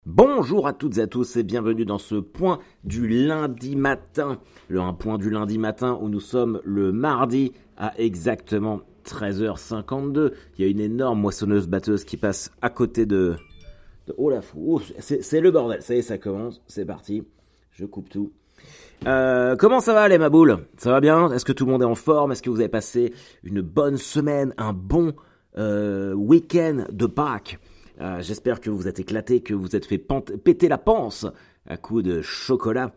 Bonjour à toutes et à tous et bienvenue dans ce point du lundi matin. Un point du lundi matin où nous sommes le mardi à exactement 13h52. Il y a une énorme moissonneuse-batteuse qui passe à côté de... Oh la fou, c'est le bordel. Ça y est, ça commence, c'est parti. Je coupe tout. Comment ça va les maboules? Ça va bien? Est-ce que tout le monde est en forme? Est-ce que vous avez passé une bonne semaine, un bon week-end de Pâques? J'espère que vous êtes éclatés, que vous êtes fait péter la panse à coups de chocolat.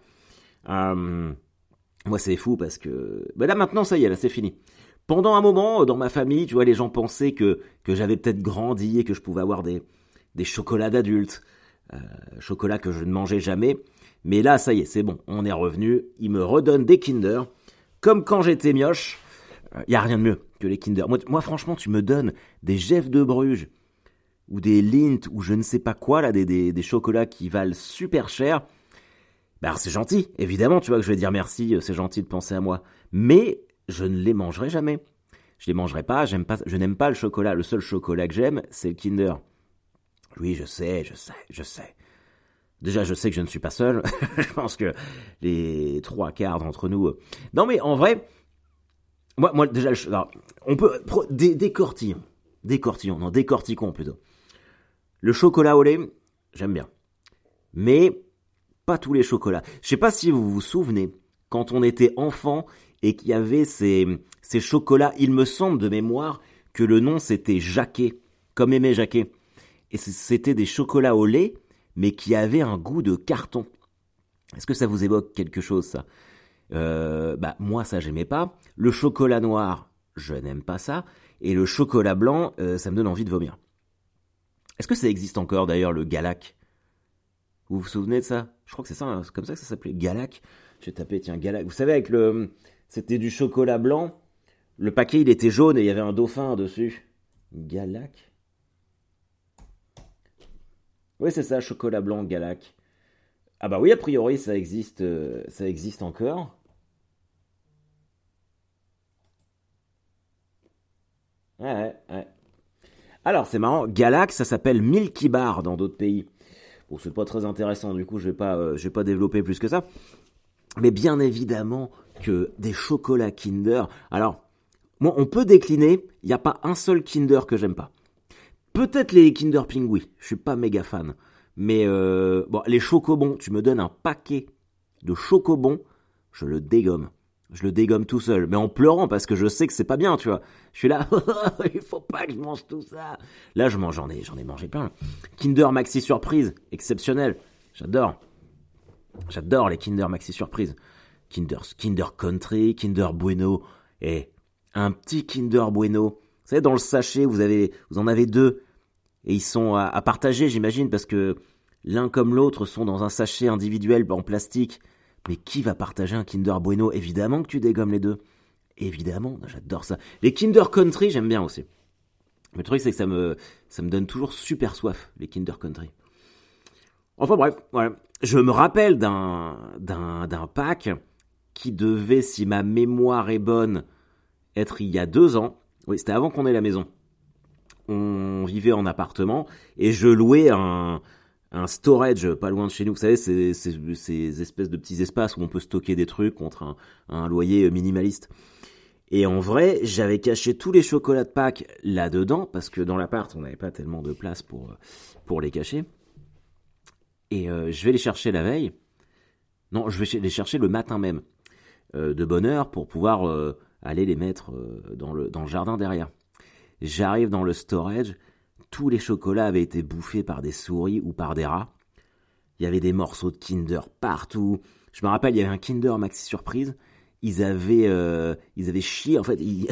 Moi, c'est fou parce que... Ben là, maintenant, ça y est, là, c'est fini. Pendant un moment, dans ma famille, tu vois, les gens pensaient que j'avais peut-être grandi et que je pouvais avoir des chocolats d'adultes. Chocolats que je ne mangeais jamais. Mais là, ça y est, c'est bon, on est revenu. Ils me redonnent des Kinder. Comme quand j'étais mioche. Il n'y a rien de mieux que les Kinder. Moi, franchement, tu me donnes des Jeff de Bruges ou des Lindt, ou je ne sais pas quoi, là, des chocolats qui valent super cher, ben c'est gentil, évidemment, tu vois, que je vais dire merci, c'est gentil de penser à moi, mais je ne les mangerai jamais. Je les mangerai pas, je n'aime pas le chocolat, le seul chocolat que j'aime, c'est le Kinder. Oui, je sais. Déjà, je sais que je ne suis pas seul, je pense que les 3/4 d'entre nous... Non, mais en vrai, moi déjà, alors, on peut... Décortiquons plutôt. Le chocolat au lait, j'aime bien. Mais pas tous les chocolats. Je sais pas si vous vous souvenez, quand on était enfant et qu'il y avait ces chocolats, il me semble de mémoire que le nom c'était Jacquet, comme Aimé Jacquet. Et c'était des chocolats au lait, mais qui avaient un goût de carton. Est-ce que ça vous évoque quelque chose, ça? Moi, ça, j'aimais pas. Le chocolat noir, je n'aime pas ça. Et le chocolat blanc, ça me donne envie de vomir. Est-ce que ça existe encore d'ailleurs le Galac? Vous vous souvenez de ça? Je crois que c'est ça, hein, c'est comme ça que ça s'appelait, Galac. J'ai tapé, tiens, Galac. Vous savez, avec c'était du chocolat blanc. Le paquet, il était jaune et il y avait un dauphin dessus. Galac? Oui, c'est ça, chocolat blanc, Galac. Ah bah oui, a priori, ça existe encore. Ouais. Alors, c'est marrant, Galac, ça s'appelle Milky Bar dans d'autres pays. Bon, c'est pas très intéressant, du coup, je vais pas développer plus que ça. Mais bien évidemment que des chocolats Kinder... Alors, moi, on peut décliner, il n'y a pas un seul Kinder que j'aime pas. Peut-être les Kinder Pingui, je suis pas méga fan. Mais, les chocobons, tu me donnes un paquet de chocobons, je le dégomme. Je le dégomme tout seul, mais en pleurant parce que je sais que c'est pas bien, tu vois. Je suis là, il faut pas que je mange tout ça. Là, j'en ai mangé plein. Kinder Maxi Surprise, exceptionnel. J'adore les Kinder Maxi Surprise. Kinder Country, Kinder Bueno, et un petit Kinder Bueno. Vous savez, dans le sachet, vous en avez deux, et ils sont à partager, j'imagine, parce que l'un comme l'autre sont dans un sachet individuel en plastique. Mais qui va partager un Kinder Bueno? Évidemment que tu dégommes les deux. Évidemment, j'adore ça. Les Kinder Country, j'aime bien aussi. Mais le truc, c'est que ça me donne toujours super soif, les Kinder Country. Enfin bref, ouais. Je me rappelle d'un pack qui devait, si ma mémoire est bonne, être il y a 2 ans. Oui, c'était avant qu'on ait la maison. On vivait en appartement et je louais un storage pas loin de chez nous. Vous savez, ces espèces de petits espaces où on peut stocker des trucs contre un loyer minimaliste. Et en vrai, j'avais caché tous les chocolats de Pâques là-dedans, parce que dans l'appart, on n'avait pas tellement de place pour les cacher. Et je vais les chercher la veille. Non, je vais les chercher le matin même, de bonne heure, pour pouvoir aller les mettre dans le jardin derrière. J'arrive dans le storage, tous les chocolats avaient été bouffés par des souris ou par des rats. Il y avait des morceaux de Kinder partout. Je me rappelle, il y avait un Kinder Maxi Surprise. Ils avaient chié, en fait, ils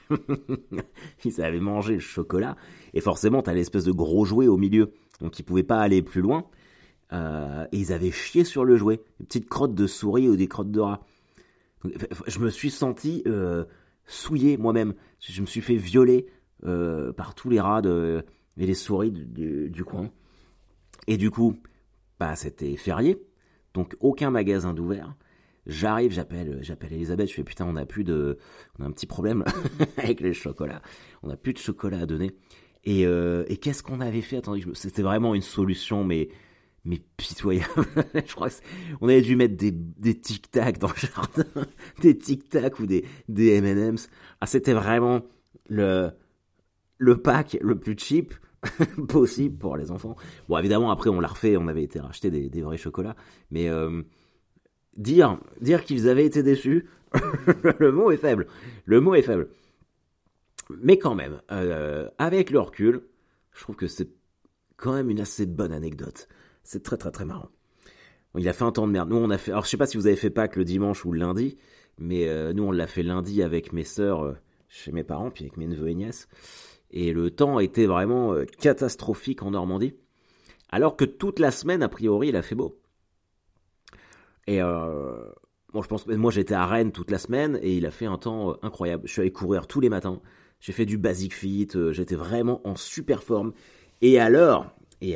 avaient mangé le chocolat. Et forcément, t'as l'espèce de gros jouet au milieu. Donc, ils pouvaient pas aller plus loin. Et ils avaient chié sur le jouet. Des petites crottes de souris ou des crottes de rat. Donc, je me suis senti souillé moi-même. Je me suis fait violer par tous les rats et les souris du coin. Et du coup, c'était férié. Donc, aucun magasin d'ouvert. J'arrive, j'appelle Elisabeth, je fais putain, on a un petit problème avec les chocolats. On n'a plus de chocolat à donner. Et qu'est-ce qu'on avait fait? Attendez, c'était vraiment une solution, mais mais pitoyable. Je crois on avait dû mettre des tic-tac dans le jardin, des tic-tac ou des M&M's. Ah, c'était vraiment le pack le plus cheap possible pour les enfants. Bon, évidemment, après, on l'a refait, on avait été racheter des vrais chocolats, mais dire qu'ils avaient été déçus, le mot est faible. Le mot est faible. Mais quand même, avec le recul, je trouve que c'est quand même une assez bonne anecdote. C'est très très très marrant. Bon, il a fait un temps de merde. Nous, on a fait. Alors, je sais pas si vous avez fait Pâques le dimanche ou le lundi, mais nous, on l'a fait lundi avec mes sœurs chez mes parents, puis avec mes neveux et nièces. Et le temps était vraiment catastrophique en Normandie, alors que toute la semaine, a priori, il a fait beau. Et bon, je pense, moi, j'étais à Rennes toute la semaine et il a fait un temps incroyable. Je suis allé courir tous les matins. J'ai fait du basic fit. J'étais vraiment en super forme. Et alors,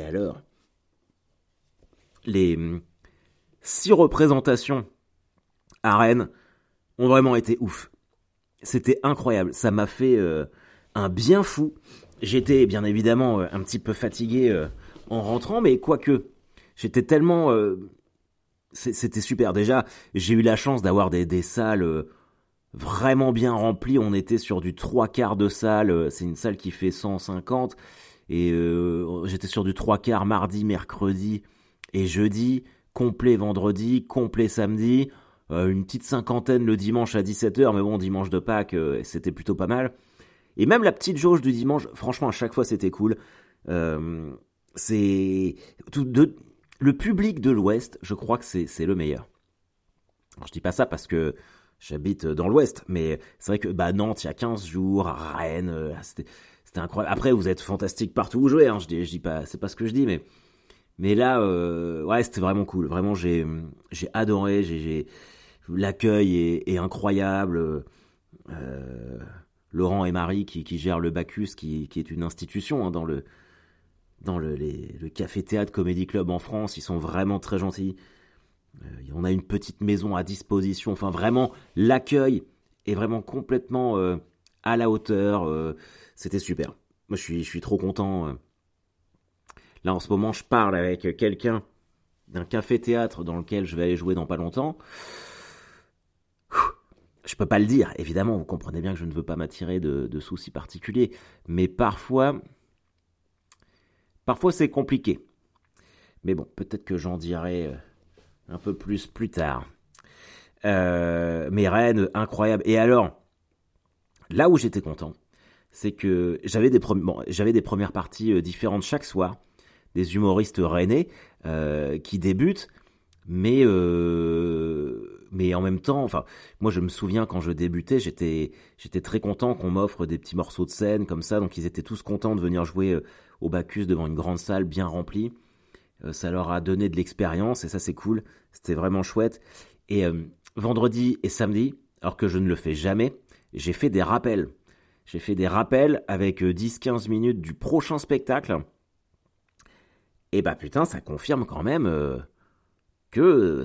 les 6 représentations à Rennes ont vraiment été ouf. C'était incroyable. Ça m'a fait un bien fou. J'étais bien évidemment un petit peu fatigué en rentrant, mais quoique, j'étais tellement... c'était super. Déjà, j'ai eu la chance d'avoir des salles vraiment bien remplies. On était sur du 3/4 de salle. C'est une salle qui fait 150. Et j'étais sur du 3/4 mardi, mercredi et jeudi, complet vendredi, complet samedi, une petite cinquantaine le dimanche à 17h, mais bon, dimanche de Pâques, c'était plutôt pas mal. Et même la petite jauge du dimanche, franchement, à chaque fois, c'était cool. C'est le public de l'Ouest, je crois que c'est le meilleur. Alors, je dis pas ça parce que j'habite dans l'Ouest, mais c'est vrai que Nantes, il y a 15 jours, à Rennes, c'était incroyable. Après, vous êtes fantastique partout où vous jouez, hein. Je dis pas, c'est pas ce que je dis, mais là, ouais, c'était vraiment cool. Vraiment, j'ai adoré. L'accueil est incroyable. Laurent et Marie qui gèrent le Bacchus, qui est une institution hein, dans le Café Théâtre Comedy Club en France. Ils sont vraiment très gentils. On a une petite maison à disposition. Enfin, vraiment, l'accueil est vraiment complètement à la hauteur. C'était super. Moi, je suis trop content. Là, en ce moment, je parle avec quelqu'un d'un café-théâtre dans lequel je vais aller jouer dans pas longtemps. Je peux pas le dire, évidemment, vous comprenez bien que je ne veux pas m'attirer de soucis particuliers, mais parfois c'est compliqué. Mais bon, peut-être que j'en dirai un peu plus tard. Mais Rennes, incroyable. Et alors, là où j'étais content, c'est que j'avais des premières parties différentes chaque soir, des humoristes rennais qui débutent, mais en même temps, enfin, moi je me souviens quand je débutais, j'étais très content qu'on m'offre des petits morceaux de scène comme ça, donc ils étaient tous contents de venir jouer au Bacchus devant une grande salle bien remplie. Ça leur a donné de l'expérience et ça c'est cool, c'était vraiment chouette. Et vendredi et samedi, alors que je ne le fais jamais, j'ai fait des rappels. J'ai fait des rappels avec 10-15 minutes du prochain spectacle. Et putain, ça confirme quand même que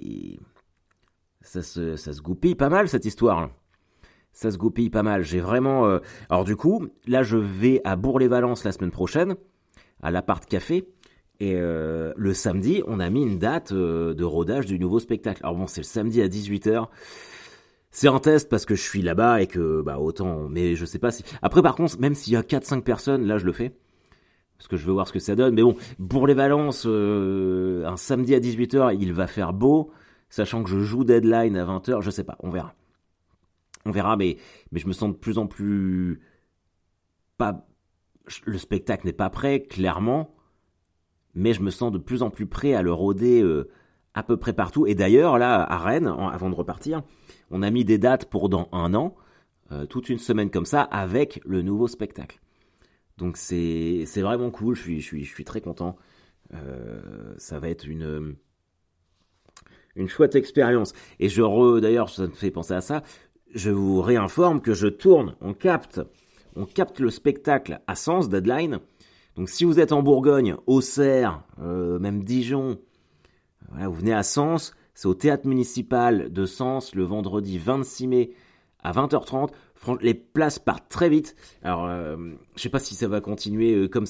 ça se goupille pas mal cette histoire. Ça se goupille pas mal. J'ai vraiment... Alors du coup, là je vais à Bourg-les-Valences la semaine prochaine, à l'Appart Café. Et le samedi, on a mis une date de rodage du nouveau spectacle. Alors bon, c'est le samedi à 18h. C'est un test parce que je suis là-bas et que autant... Mais je sais pas si... Après par contre, même s'il y a 4-5 personnes, là je le fais. Parce que je veux voir ce que ça donne. Mais bon, Bourg-les-Valences, un samedi à 18h, il va faire beau. Sachant que je joue Deadline à 20h, je sais pas, on verra. On verra, mais je me sens de plus en plus... pas. Le spectacle n'est pas prêt, clairement. Mais je me sens de plus en plus prêt à le rôder à peu près partout. Et d'ailleurs, là, à Rennes, avant de repartir, on a mis des dates pour dans 1 an, toute une semaine comme ça, avec le nouveau spectacle. Donc c'est vraiment cool, je suis très content. Ça va être une chouette expérience. Et d'ailleurs, ça me fait penser à ça, je vous réinforme que on capte le spectacle à Sens, Deadline. Donc si vous êtes en Bourgogne, Auxerre, même Dijon, voilà, vous venez à Sens, c'est au théâtre municipal de Sens le vendredi 26 mai à 20h30. Les places partent très vite. Alors, je sais pas si ça va continuer comme ça,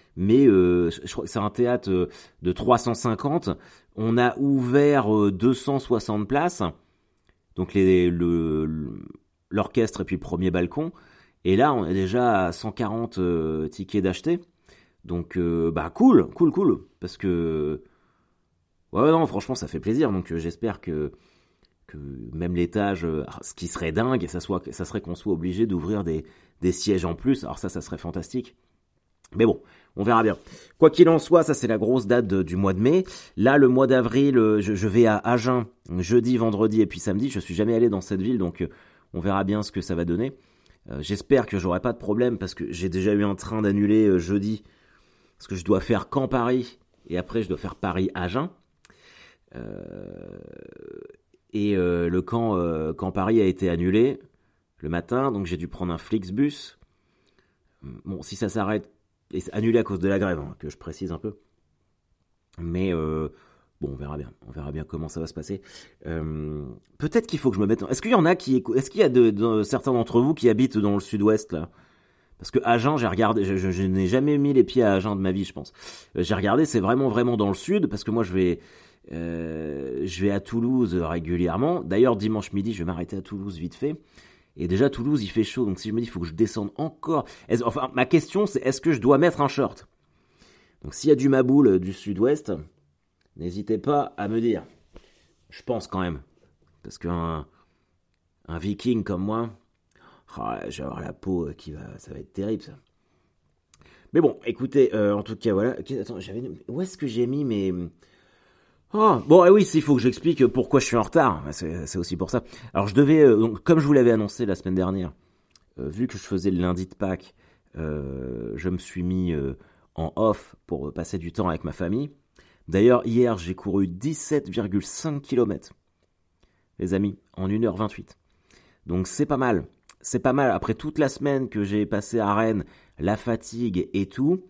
mais je crois que c'est un théâtre de 350. On a ouvert 260 places, donc l'orchestre et puis le premier balcon. Et là, on est déjà à 140 tickets d'acheter. Donc, cool, parce que ouais, non, franchement, ça fait plaisir. Donc, j'espère que même l'étage, ce qui serait dingue, ça serait qu'on soit obligé d'ouvrir des sièges en plus. Alors ça serait fantastique. Mais bon, on verra bien. Quoi qu'il en soit, ça c'est la grosse date du mois de mai. Là, le mois d'avril, je vais à Agen, jeudi, vendredi et puis samedi. Je suis jamais allé dans cette ville, donc on verra bien ce que ça va donner. J'espère que j'aurai pas de problème parce que j'ai déjà eu un train d'annuler jeudi. Parce que je dois faire Caen-Paris et après je dois faire Paris-Agen. Et le Caen-Paris a été annulé le matin, donc j'ai dû prendre un Flixbus. Bon, si ça s'arrête, et c'est annulé à cause de la grève, hein, que je précise un peu. Mais bon, on verra bien comment ça va se passer. Peut-être qu'il faut que je me mette. Est-ce qu'il y en a est-ce qu'il y a certains d'entre vous qui habitent dans le sud-ouest là? Parce que Agen, j'ai regardé, je n'ai jamais mis les pieds à Agen de ma vie, je pense. J'ai regardé, c'est vraiment dans le sud, parce que moi je vais à Toulouse régulièrement. D'ailleurs, dimanche midi, je vais m'arrêter à Toulouse vite fait. Et déjà, Toulouse, il fait chaud, donc si je me dis, il faut que je descende encore. Enfin, ma question, c'est est-ce que je dois mettre un short? Donc s'il y a du Maboule du sud-ouest, n'hésitez pas à me dire. Je pense quand même. Parce qu'un viking comme moi, je vais avoir la peau ça va être terrible ça. Mais bon, écoutez, en tout cas, voilà. Attends, où est-ce que j'ai mis mes... Oh, bon, oui, il faut que j'explique pourquoi je suis en retard. C'est aussi pour ça. Alors, je devais, donc, comme je vous l'avais annoncé la semaine dernière, vu que je faisais le lundi de Pâques, je me suis mis en off pour passer du temps avec ma famille. D'ailleurs, hier, j'ai couru 17,5 km, les amis, en 1h28. Donc, c'est pas mal. C'est pas mal. Après toute la semaine que j'ai passée à Rennes, la fatigue et tout,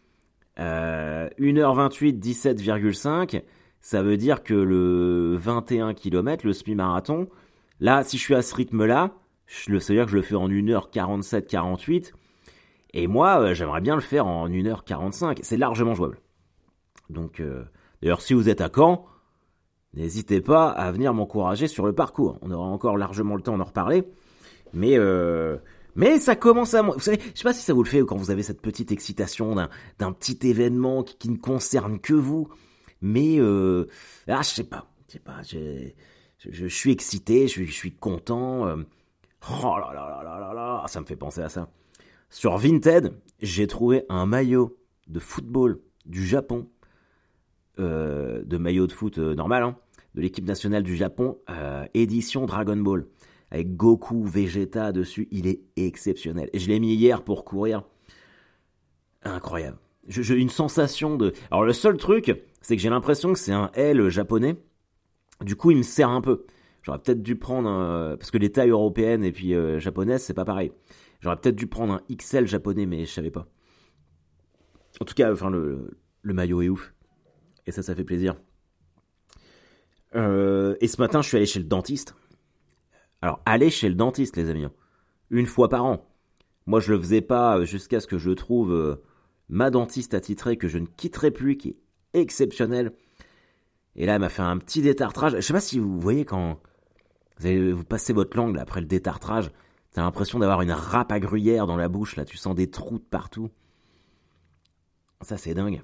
1h28, 17,5, ça veut dire que le 21 km, le semi-marathon, là, si je suis à ce rythme-là, c'est-à-dire que je le fais en 1h47, 48, et moi, j'aimerais bien le faire en 1h45. C'est largement jouable. Donc, d'ailleurs, si vous êtes à Caen, n'hésitez pas à venir m'encourager sur le parcours. On aura encore largement le temps d'en reparler. Mais ça commence à... Vous savez, je sais pas si ça vous le fait quand vous avez cette petite excitation d'un petit événement qui ne concerne que vous. Mais je sais pas. Je suis excité, je suis content. Oh là là là là là là, ça me fait penser à ça. Sur Vinted, j'ai trouvé un maillot de football du Japon, de maillot de foot normal, hein, de l'équipe nationale du Japon, édition Dragon Ball. Avec Goku, Vegeta dessus, il est exceptionnel. Et je l'ai mis hier pour courir. Incroyable. J'ai une sensation de... Alors le seul truc, c'est que j'ai l'impression que c'est un L japonais. Du coup, il me sert un peu. J'aurais peut-être dû prendre... parce que les tailles européennes et puis japonaises, c'est pas pareil. J'aurais peut-être dû prendre un XL japonais, mais je savais pas. En tout cas, enfin, le maillot est ouf. Et ça fait plaisir. Et ce matin, je suis allé chez le dentiste. Alors, aller chez le dentiste, les amis, une fois par an. Moi, je le faisais pas jusqu'à ce que je trouve ma dentiste attitrée que je ne quitterai plus, qui est exceptionnelle. Et là, elle m'a fait un petit détartrage. Je sais pas si vous voyez quand vous passez votre langue là, après le détartrage, t'as l'impression d'avoir une râpe à gruyère dans la bouche. Là, tu sens des trous de partout. Ça, c'est dingue.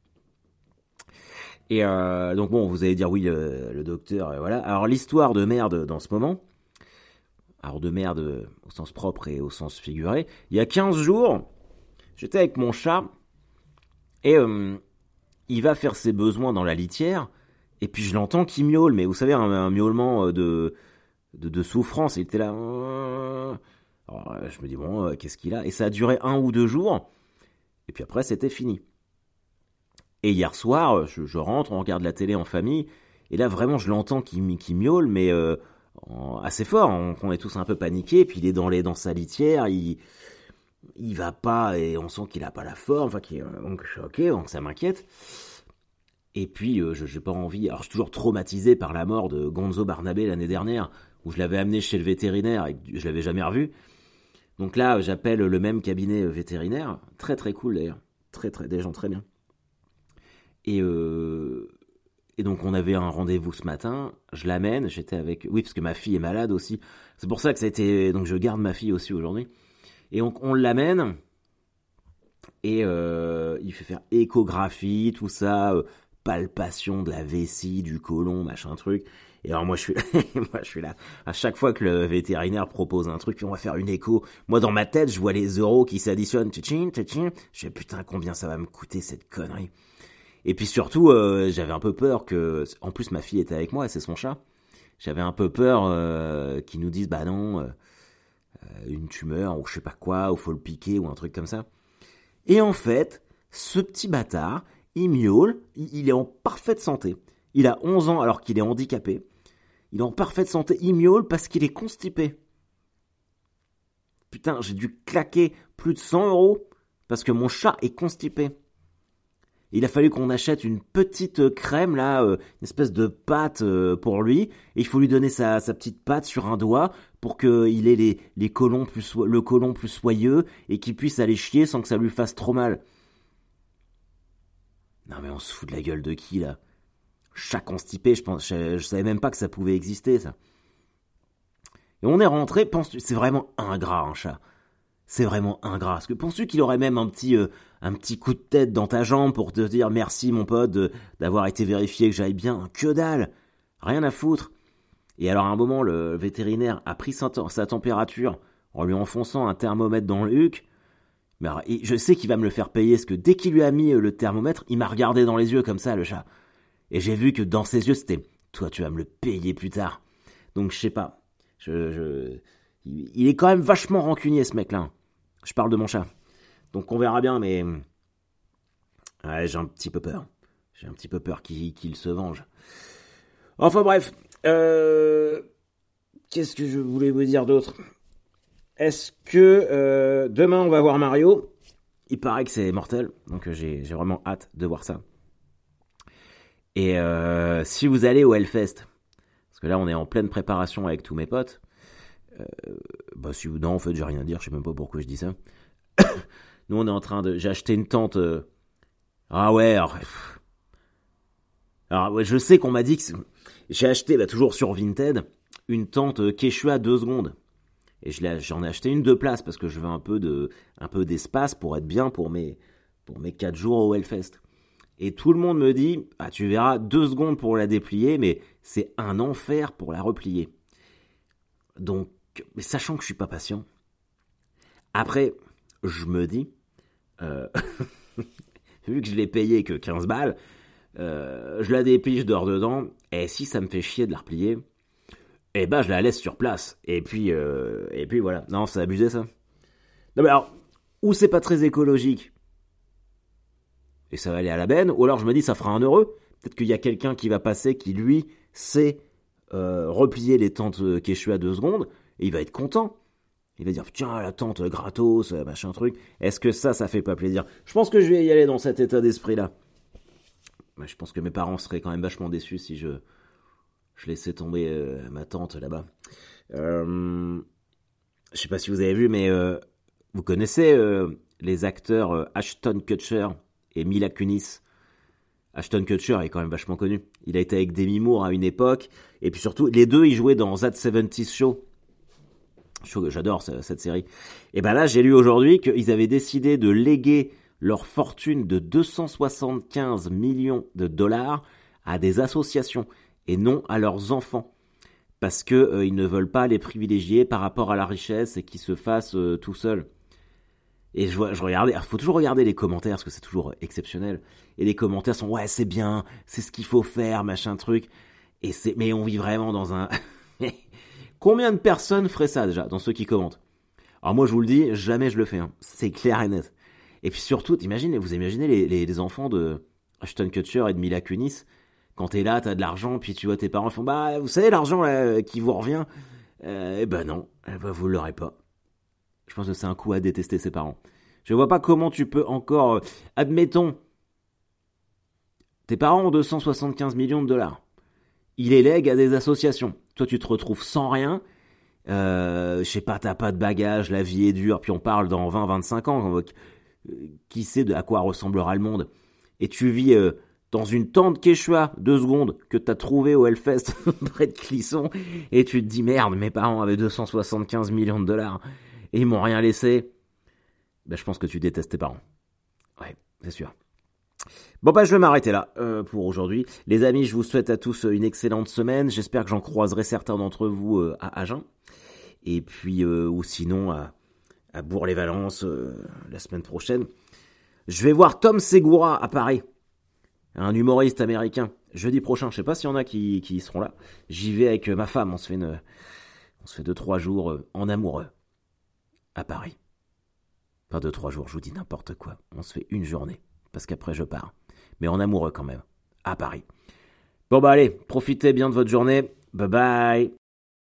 Et donc bon, vous allez dire oui, le docteur, voilà. Alors l'histoire de merde dans ce moment... Alors de merde au sens propre et au sens figuré. Il y a 15 jours, j'étais avec mon chat et il va faire ses besoins dans la litière et puis je l'entends qui miaule. Mais vous savez, un miaulement de souffrance. Il était là. Alors, je me dis bon, qu'est-ce qu'il a? Et ça a duré 1 ou 2 jours et puis après c'était fini. Et hier soir, je rentre, on regarde la télé en famille et là vraiment je l'entends qui miaule mais... assez fort, on est tous un peu paniqués, puis il est dans sa litière, il va pas, et on sent qu'il a pas la forme, enfin, donc je suis ok, donc ça m'inquiète. Et puis, j'ai pas envie, alors je suis toujours traumatisé par la mort de Gonzo Barnabé l'année dernière, où je l'avais amené chez le vétérinaire, et je l'avais jamais revu. Donc là, j'appelle le même cabinet vétérinaire, très très cool d'ailleurs. des gens très bien. Et donc on avait un rendez-vous ce matin, je l'amène, j'étais avec... Oui, parce que ma fille est malade aussi. C'est pour ça que ça a été... Donc je garde ma fille aussi aujourd'hui. Et on l'amène, et il fait faire échographie, tout ça, palpation de la vessie, du côlon, machin truc. Et alors moi je suis là. À chaque fois que le vétérinaire propose un truc, puis on va faire une écho. Moi dans ma tête, je vois les euros qui s'additionnent. Je fais putain combien ça va me coûter cette connerie. Et puis surtout, j'avais un peu peur que... En plus ma fille était avec moi, et c'est son chat. J'avais un peu peur qu'ils nous disent bah non, une tumeur ou je sais pas quoi, ou faut le piquer ou un truc comme ça. Et en fait, ce petit bâtard, il miaule, il est en parfaite santé. Il a 11 ans alors qu'il est handicapé. Il est en parfaite santé, il miaule parce qu'il est constipé. Putain, j'ai dû claquer plus de 100 € parce que mon chat est constipé. Il a fallu qu'on achète une petite crème, là, une espèce de pâte pour lui. Et il faut lui donner sa petite pâte sur un doigt pour qu'il ait le côlon plus soyeux et qu'il puisse aller chier sans que ça lui fasse trop mal. Non mais on se fout de la gueule de qui, là? Chat constipé, je savais même pas que ça pouvait exister, ça. Et on est rentré, penses-tu, c'est vraiment ingrat, un chat. C'est vraiment ingrat. Parce que penses-tu qu'il aurait même un petit coup de tête dans ta jambe pour te dire merci mon pote d'avoir été vérifié que j'aille bien? Que dalle. Rien à foutre. Et alors à un moment, le vétérinaire a pris sa température en lui enfonçant un thermomètre dans le huc. Mais alors, je sais qu'il va me le faire payer, parce que dès qu'il lui a mis le thermomètre, il m'a regardé dans les yeux comme ça, le chat. Et j'ai vu que dans ses yeux, c'était « Toi, tu vas me le payer plus tard ». Donc, je sais pas. Il est quand même vachement rancunier, ce mec-là. Je parle de mon chat. Donc, on verra bien, mais... Ouais, j'ai un petit peu peur. J'ai un petit peu peur qu'il se venge. Enfin, bref. Qu'est-ce que je voulais vous dire d'autre ? Est-ce que demain, on va voir Mario ? Il paraît que c'est mortel. Donc, j'ai vraiment hâte de voir ça. Et si vous allez au Hellfest, parce que là on est en pleine préparation avec tous mes potes, si vous... Non, en fait j'ai rien à dire, je sais même pas pourquoi je dis ça. Nous on est en train de... J'ai acheté une tente... Ah ouais, alors ouais, je sais qu'on m'a dit que... J'ai acheté, toujours sur Vinted, une tente Quechua 2 secondes. Et j'en ai acheté une de place parce que je veux un peu d'espace pour être bien pour mes 4 jours au Hellfest. Et tout le monde me dit, tu verras 2 secondes pour la déplier, mais c'est un enfer pour la replier. Donc, mais sachant que je suis pas patient, après, je me dis, vu que je l'ai payé que 15 balles, je la déplie, je dors dedans, et si ça me fait chier de la replier, je la laisse sur place. Et puis voilà. Non, c'est abusé ça. Non mais alors, ou c'est pas très écologique, et ça va aller à la benne, ou alors je me dis ça fera un heureux. Peut-être qu'il y a quelqu'un qui va passer qui lui sait replier les tentes Quechua 2 secondes, et il va être content. Il va dire tiens la tente gratos, machin truc. Est-ce que ça fait pas plaisir? Je pense que je vais y aller dans cet état d'esprit-là. Je pense que mes parents seraient quand même vachement déçus si je laissais tomber ma tante là-bas. Je sais pas si vous avez vu, mais vous connaissez les acteurs Ashton Kutcher et Mila Kunis. Ashton Kutcher est quand même vachement connu. Il a été avec Demi Moore à une époque. Et puis surtout, les deux, ils jouaient dans That 70's Show. J'adore cette série. Et là, j'ai lu aujourd'hui qu'ils avaient décidé de léguer leur fortune de 275 millions de dollars à des associations et non à leurs enfants. Parce que ils ne veulent pas les privilégier par rapport à la richesse et qu'ils se fassent tout seuls. Et je regardais, il faut toujours regarder les commentaires parce que c'est toujours exceptionnel. Et les commentaires sont ouais c'est bien, c'est ce qu'il faut faire, machin truc. Mais on vit vraiment dans un... Combien de personnes feraient ça déjà dans ceux qui commentent? Alors moi je vous le dis, jamais je le fais, hein. C'est clair et net. Et puis surtout, vous imaginez les enfants de Ashton Kutcher et de Mila Kunis, quand t'es là, t'as de l'argent, puis tu vois tes parents font vous savez l'argent là, qui vous revient, non, vous l'aurez pas. Je pense que c'est un coup à détester ses parents. Je vois pas comment tu peux encore... Admettons, tes parents ont 275 millions de dollars. Ils les lèguent à des associations. Toi, tu te retrouves sans rien. Je sais pas, t'as pas de bagages, la vie est dure, puis on parle dans 20-25 ans. qui sait à quoi ressemblera le monde. Et tu vis dans une tente Quechua, 2 secondes, que t'as trouvé au Hellfest près de Clisson, et tu te dis merde, mes parents avaient 275 millions de dollars et ils m'ont rien laissé. Ben, je pense que tu détestes tes parents. Ouais, c'est sûr. Bon bah je vais m'arrêter là pour aujourd'hui. Les amis, je vous souhaite à tous une excellente semaine. J'espère que j'en croiserai certains d'entre vous à Agen. Et puis, ou sinon à Bourg-les-Valences la semaine prochaine. Je vais voir Tom Segura à Paris. Un humoriste américain. Jeudi prochain, je sais pas s'il y en a qui y seront là. J'y vais avec ma femme, on se fait 2-3 jours en amoureux. À Paris. Pas 2-3 jours, je vous dis n'importe quoi. On se fait une journée. Parce qu'après je pars. Mais en amoureux quand même. À Paris. Bon bah allez, profitez bien de votre journée. Bye bye.